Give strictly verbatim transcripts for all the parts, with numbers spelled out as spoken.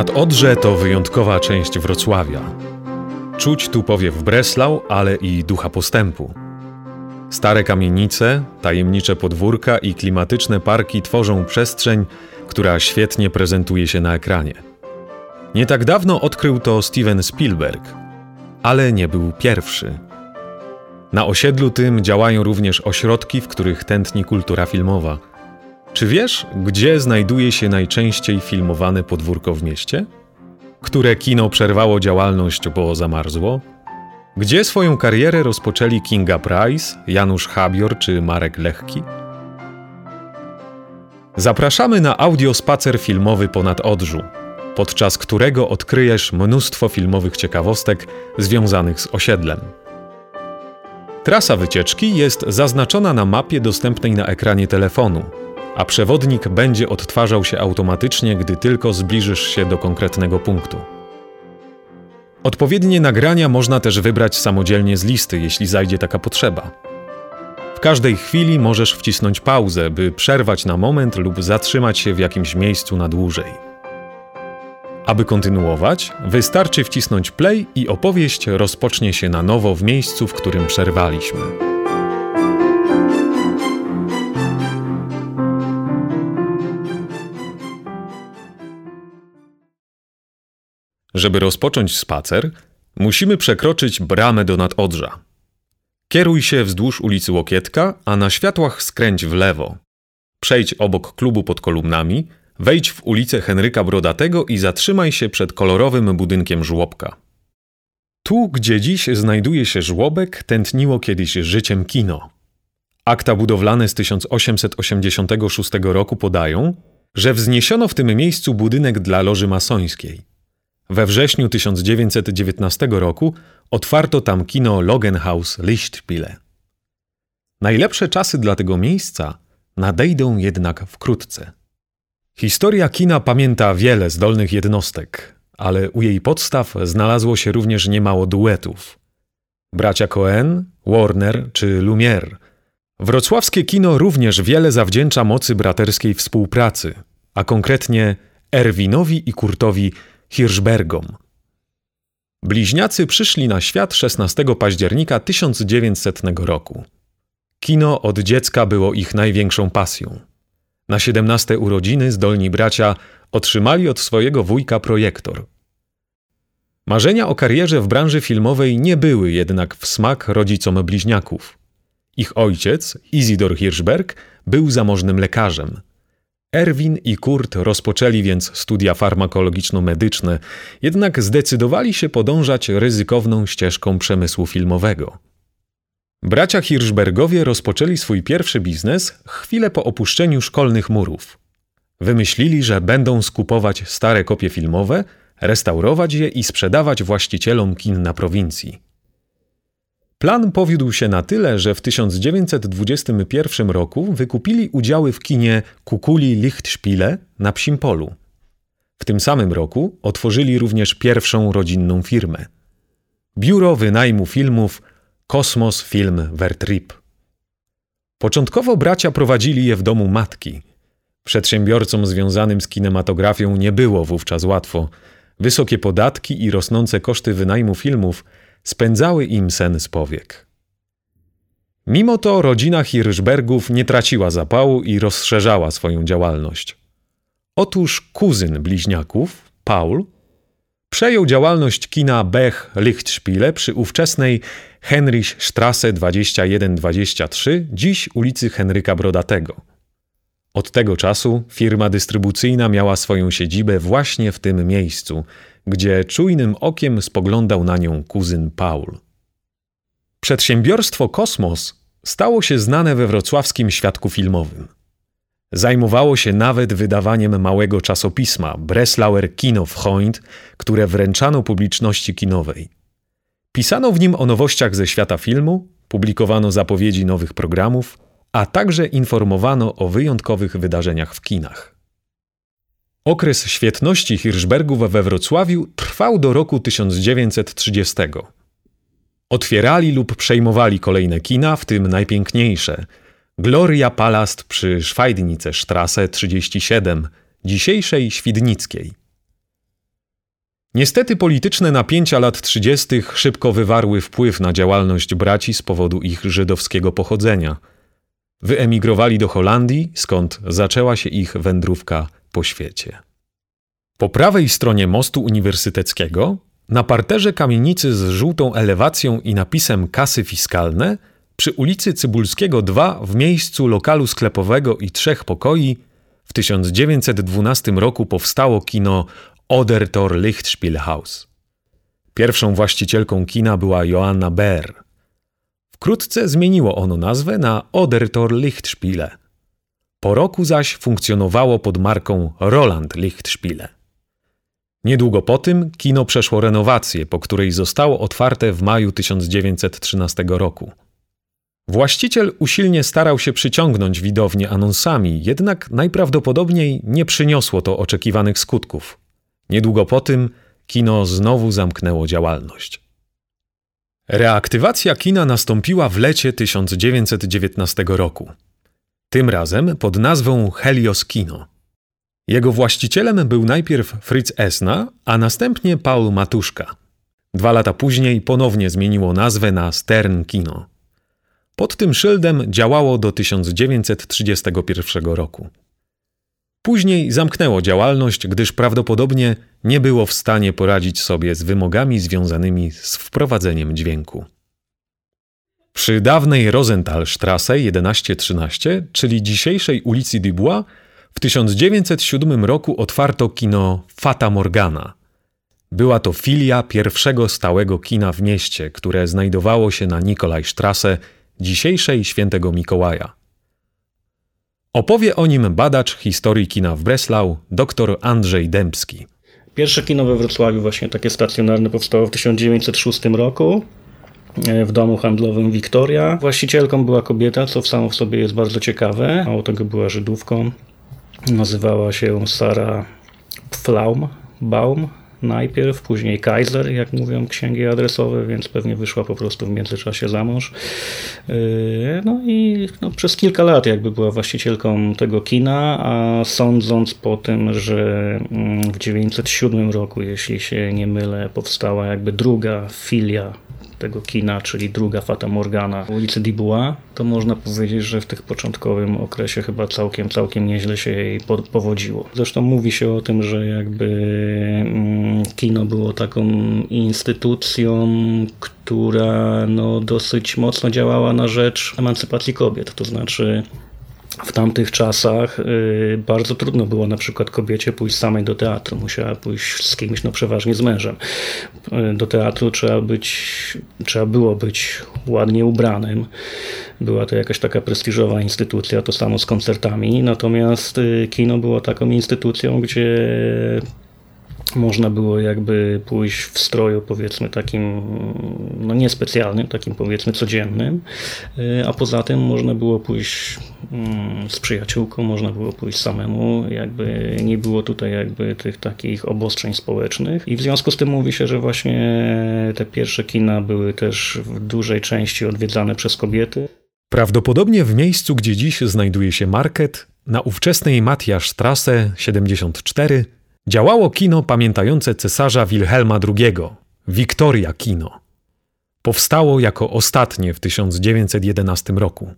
Ponad Odrze to wyjątkowa część Wrocławia. Czuć tu powiew Breslau, ale i ducha postępu. Stare kamienice, tajemnicze podwórka i klimatyczne parki tworzą przestrzeń, która świetnie prezentuje się na ekranie. Nie tak dawno odkrył to Steven Spielberg, ale nie był pierwszy. Na osiedlu tym działają również ośrodki, w których tętni kultura filmowa. Czy wiesz, gdzie znajduje się najczęściej filmowane podwórko w mieście? Które kino przerwało działalność, bo zamarzło? Gdzie swoją karierę rozpoczęli Kinga Price, Janusz Habior czy Marek Lechki? Zapraszamy na audiospacer filmowy po Nadodrzu, podczas którego odkryjesz mnóstwo filmowych ciekawostek związanych z osiedlem. Trasa wycieczki jest zaznaczona na mapie dostępnej na ekranie telefonu, a przewodnik będzie odtwarzał się automatycznie, gdy tylko zbliżysz się do konkretnego punktu. Odpowiednie nagrania można też wybrać samodzielnie z listy, jeśli zajdzie taka potrzeba. W każdej chwili możesz wcisnąć pauzę, by przerwać na moment lub zatrzymać się w jakimś miejscu na dłużej. Aby kontynuować, wystarczy wcisnąć play i opowieść rozpocznie się na nowo w miejscu, w którym przerwaliśmy. Żeby rozpocząć spacer, musimy przekroczyć bramę do Nadodrza. Kieruj się wzdłuż ulicy Łokietka, a na światłach skręć w lewo. Przejdź obok klubu pod kolumnami, wejdź w ulicę Henryka Brodatego i zatrzymaj się przed kolorowym budynkiem żłobka. Tu, gdzie dziś znajduje się żłobek, tętniło kiedyś życiem kino. Akta budowlane z tysiąc osiemset osiemdziesiątego szóstego roku podają, że wzniesiono w tym miejscu budynek dla loży masońskiej. We wrześniu tysiąc dziewięćset dziewiętnastego roku otwarto tam kino Logenhaus Lichtspiele. Najlepsze czasy dla tego miejsca nadejdą jednak wkrótce. Historia kina pamięta wiele zdolnych jednostek, ale u jej podstaw znalazło się również niemało duetów. Bracia Coen, Warner czy Lumière. Wrocławskie kino również wiele zawdzięcza mocy braterskiej współpracy, a konkretnie Erwinowi i Kurtowi Hirschbergom. Bliźniacy przyszli na świat szesnastego października tysiąc dziewięćsetnego roku. Kino od dziecka było ich największą pasją. Na siedemnaste urodziny zdolni bracia otrzymali od swojego wujka projektor. Marzenia o karierze w branży filmowej nie były jednak w smak rodzicom bliźniaków. Ich ojciec, Isidor Hirschberg, był zamożnym lekarzem. Erwin i Kurt rozpoczęli więc studia farmakologiczno-medyczne, jednak zdecydowali się podążać ryzykowną ścieżką przemysłu filmowego. Bracia Hirschbergowie rozpoczęli swój pierwszy biznes chwilę po opuszczeniu szkolnych murów. Wymyślili, że będą skupować stare kopie filmowe, restaurować je i sprzedawać właścicielom kin na prowincji. Plan powiódł się na tyle, że w tysiąc dziewięćset dwudziestym pierwszym roku wykupili udziały w kinie Kukuli Lichtspiele na Psim Polu. W tym samym roku otworzyli również pierwszą rodzinną firmę. Biuro wynajmu filmów Kosmos Film Vertrip. Początkowo bracia prowadzili je w domu matki. Przedsiębiorcom związanym z kinematografią nie było wówczas łatwo. Wysokie podatki i rosnące koszty wynajmu filmów spędzały im sen z powiek. Mimo to rodzina Hirschbergów nie traciła zapału i rozszerzała swoją działalność. Otóż kuzyn bliźniaków, Paul, przejął działalność kina Bech Lichtspiele przy ówczesnej Heinrichstraße dwadzieścia jeden dwadzieścia trzy, dziś ulicy Henryka Brodatego. Od tego czasu firma dystrybucyjna miała swoją siedzibę właśnie w tym miejscu, gdzie czujnym okiem spoglądał na nią kuzyn Paul. Przedsiębiorstwo Kosmos stało się znane we wrocławskim świadku filmowym. Zajmowało się nawet wydawaniem małego czasopisma Breslauer Kinofreund, które wręczano publiczności kinowej. Pisano w nim o nowościach ze świata filmu, publikowano zapowiedzi nowych programów, a także informowano o wyjątkowych wydarzeniach w kinach. Okres świetności Hirschbergów we Wrocławiu trwał do roku tysiąc dziewięćset trzydziestego. Otwierali lub przejmowali kolejne kina, w tym najpiękniejsze Gloria Palast przy Schweidnice Straße trzydzieści siedem, dzisiejszej Świdnickiej. Niestety polityczne napięcia lat trzydziestych szybko wywarły wpływ na działalność braci z powodu ich żydowskiego pochodzenia. Wyemigrowali do Holandii, skąd zaczęła się ich wędrówka po świecie. Po prawej stronie mostu uniwersyteckiego, na parterze kamienicy z żółtą elewacją i napisem Kasy Fiskalne, przy ulicy Cybulskiego dwa w miejscu lokalu sklepowego i trzech pokoi w tysiąc dziewięćset dwunastym roku powstało kino Odertor Lichtspielhaus. Pierwszą właścicielką kina była Joanna Beer. Wkrótce zmieniło ono nazwę na Odertor Lichtspiele. Po roku zaś funkcjonowało pod marką Roland Lichtspiele. Niedługo po tym kino przeszło renowację, po której zostało otwarte w maju tysiąc dziewięćset trzynastego roku. Właściciel usilnie starał się przyciągnąć widownię anonsami, jednak najprawdopodobniej nie przyniosło to oczekiwanych skutków. Niedługo po tym kino znowu zamknęło działalność. Reaktywacja kina nastąpiła w lecie tysiąc dziewięćset dziewiętnastego roku. Tym razem pod nazwą Helios Kino. Jego właścicielem był najpierw Fritz Esna, a następnie Paul Matuszka. Dwa lata później ponownie zmieniło nazwę na Stern Kino. Pod tym szyldem działało do tysiąc dziewięćset trzydziestego pierwszego roku. Później zamknęło działalność, gdyż prawdopodobnie nie było w stanie poradzić sobie z wymogami związanymi z wprowadzeniem dźwięku. Przy dawnej Rosenthalstrasse jedenaście trzynaście, czyli dzisiejszej ulicy Dubois, w tysiąc dziewięćset siódmym roku otwarto kino Fata Morgana. Była to filia pierwszego stałego kina w mieście, które znajdowało się na Nikolajstrasse, dzisiejszej Świętego Mikołaja. Opowie o nim badacz historii kina w Breslau, dr Andrzej Dębski. Pierwsze kino we Wrocławiu, właśnie takie stacjonarne, powstało w tysiąc dziewięćset szóstym roku w domu handlowym Wiktoria. Właścicielką była kobieta, co samo w sobie jest bardzo ciekawe. Mało tego, była Żydówką. Nazywała się Sara Pflaum-Baum najpierw, później Kaiser, jak mówią księgi adresowe, więc pewnie wyszła po prostu w międzyczasie za mąż. No i no, przez kilka lat jakby była właścicielką tego kina, a sądząc po tym, że w tysiąc dziewięćset siódmym roku, jeśli się nie mylę, powstała jakby druga filia tego kina, czyli druga Fata Morgana w ulicy Dubois, to można powiedzieć, że w tych początkowym okresie chyba całkiem, całkiem nieźle się jej powodziło. Zresztą mówi się o tym, że jakby kino było taką instytucją, która no, dosyć mocno działała na rzecz emancypacji kobiet, to znaczy w tamtych czasach y, bardzo trudno było na przykład kobiecie pójść samej do teatru. Musiała pójść z kimś, no przeważnie z mężem. Y, do teatru trzeba być, trzeba było być ładnie ubranym. Była to jakaś taka prestiżowa instytucja, to samo z koncertami. Natomiast y, kino było taką instytucją, gdzie można było jakby pójść w stroju, powiedzmy takim, no niespecjalnym, takim powiedzmy codziennym, a poza tym można było pójść z przyjaciółką, można było pójść samemu, jakby nie było tutaj jakby tych takich obostrzeń społecznych i w związku z tym mówi się, że właśnie te pierwsze kina były też w dużej części odwiedzane przez kobiety. Prawdopodobnie w miejscu, gdzie dziś znajduje się market, na ówczesnej Matthiasstrasse siedemdziesiąt cztery, działało kino pamiętające cesarza Wilhelma drugiego, Victoria Kino. Powstało jako ostatnie w tysiąc dziewięćset jedenastym roku.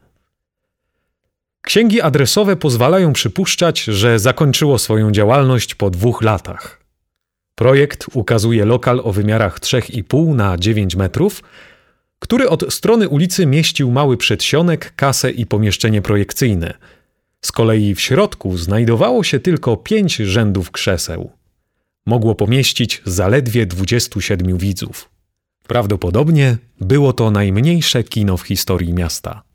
Księgi adresowe pozwalają przypuszczać, że zakończyło swoją działalność po dwóch latach. Projekt ukazuje lokal o wymiarach trzy i pół na dziewięć metrów, który od strony ulicy mieścił mały przedsionek, kasę i pomieszczenie projekcyjne. Z kolei w środku znajdowało się tylko pięć rzędów krzeseł. Mogło pomieścić zaledwie dwudziestu siedmiu widzów. Prawdopodobnie było to najmniejsze kino w historii miasta.